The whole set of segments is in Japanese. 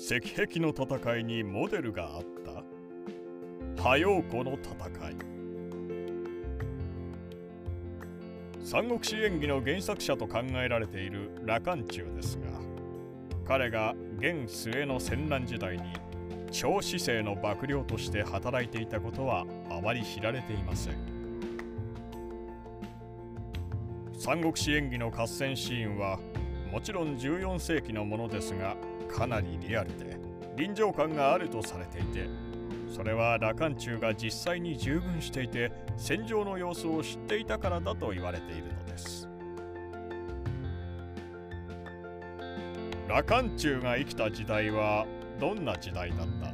石壁の戦いにモデルがあった。破陽湖の戦い。三国志演義の原作者と考えられている羅漢中ですが、彼が元末の戦乱時代に超市政の幕僚として働いていたことはあまり知られていません。三国志演義の合戦シーンはもちろん14世紀のものですが、かなりリアルで臨場感があるとされていて、それは羅漢中が実際に従軍していて戦場の様子を知っていたからだと言われているのです。羅漢中が生きた時代はどんな時代だったの？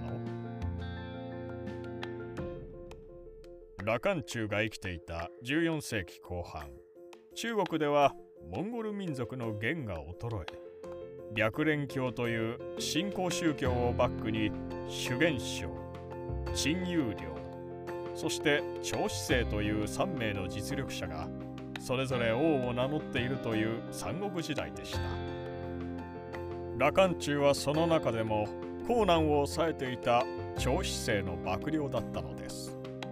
羅漢中が生きていた14世紀後半、中国ではモンゴル民族の元が衰え、白蓮教という新興宗教をバックに修験省、陳友良、そして趙志清という3名の実力者がそれぞれ王を名乗っているという三国時代でした。羅漢中はその中でも江南を抑えていた趙志清の幕僚だったのです。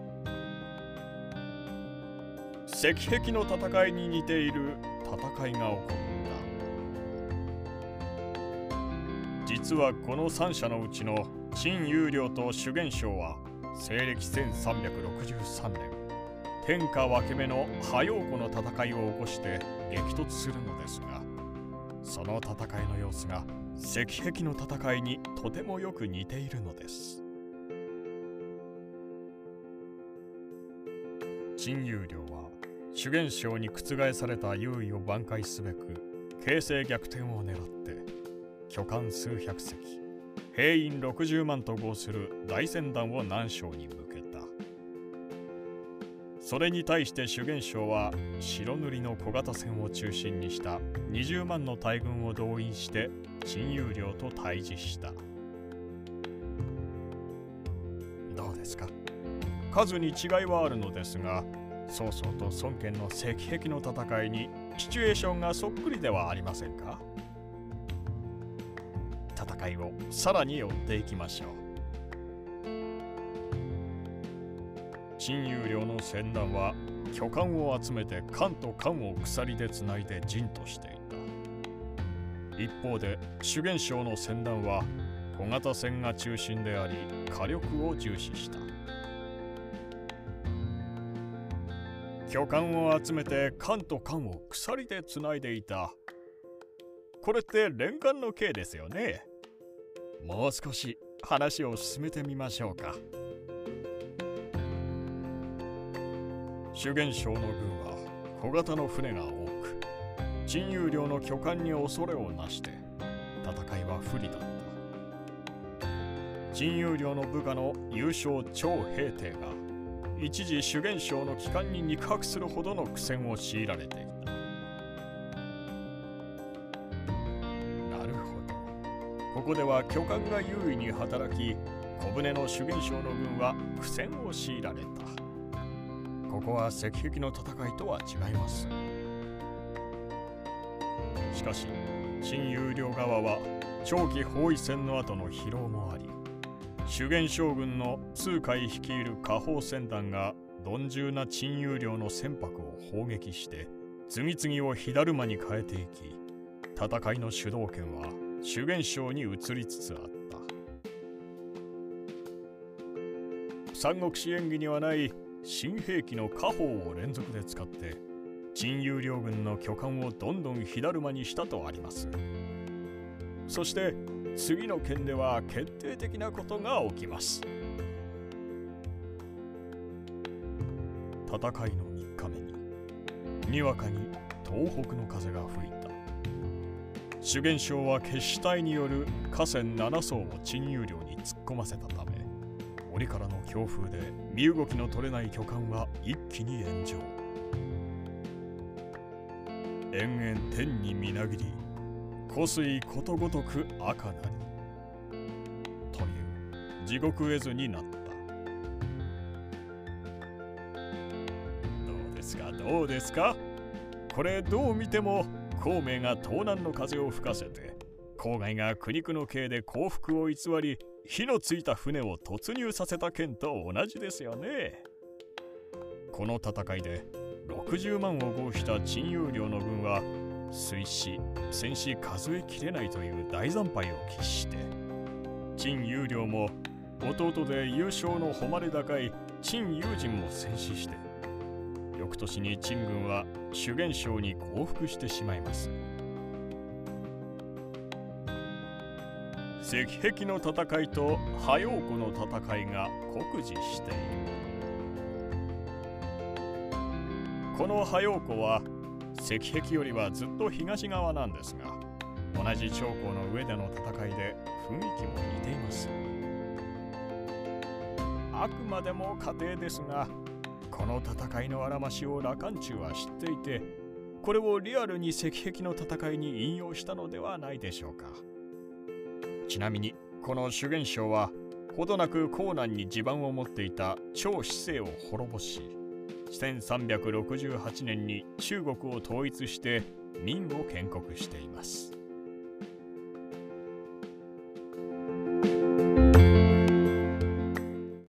石壁の戦いに似ている戦いが起こった。実はこの3者のうちの陳友良と修験省は西暦1363年、天下分け目の破陽湖の戦いを起こして激突するのですが、その戦いの様子が石壁の戦いにとてもよく似ているのです。陳友良は修験省に覆された優位を挽回すべく形勢逆転を狙って巨漢数百隻、兵員60万と号する大船団を南昌に向けた。それに対して修験省は白塗りの小型船を中心にした20万の大軍を動員して陳友良と対峙した。どうですか？数に違いはあるのですが、曹操と孫権の石壁の戦いにシチュエーションがそっくりではありませんか？戦いをさらに追っていきましょう。陳友良の船団は巨漢を集めて艦と艦を鎖でつないで陣としていた。一方で修験省の船団は小型船が中心であり火力を重視した。巨漢を集めて艦と艦を鎖でつないでいた。これって連艦の計ですよね。もう少し話を進めてみましょうか。修験省の軍は小型の船が多く、陳友良の巨漢に恐れをなして戦いは不利だった。陳友良の部下の優勝張平定が一時修験省の旗艦に肉薄するほどの苦戦を強いられていた。なるほど。ここでは巨漢が優位に働き、小舟の修験省の軍は苦戦を強いられた。ここは石壁の戦いとは違います。しかし陳友良側は長期包囲戦の後の疲労もあり、修験将軍の通海率いる下方船団が鈍重な陳友良の船舶を砲撃して次々を火だるまに変えていき、戦いの主導権は修験省に移りつつあった。三国志演義にはない新兵器の火砲を連続で使って陳友良軍の巨漢をどんどん火だるまにしたとあります。そして次の件では決定的なことが起きます。戦いの3日目ににわかに東北の風が吹いた。修験省は決死隊による河川7艘を陳友良に突っ込ませたため、折からの強風で身動きの取れない巨漢は一気に炎上。延々天にみなぎり、湖水ことごとく赤なりという地獄絵図になった。どうですかどうですか？これどう見ても孔明が東南の風を吹かせて郊外が苦肉の計で降伏を偽り、火のついた船を突入させた件と同じですよね。この戦いで60万を合した陳友領の軍は水死戦死数えきれないという大惨敗を喫して、陳友領も弟で優勝の誉れ高い陳友人も戦死して、翌年に陳軍は修験省に降伏してしまいます。石壁の戦いと破陽湖の戦いが酷似している。この破陽湖は石壁よりはずっと東側なんですが、同じ長江の上での戦いで雰囲気も似ています。あくまでも仮定ですが、この戦いのあらましを羅漢中は知っていて、これをリアルに石壁の戦いに引用したのではないでしょうか。ちなみにこの修験省はほどなく江南に地盤を持っていた張子世を滅ぼし、1368年に中国を統一して明を建国しています。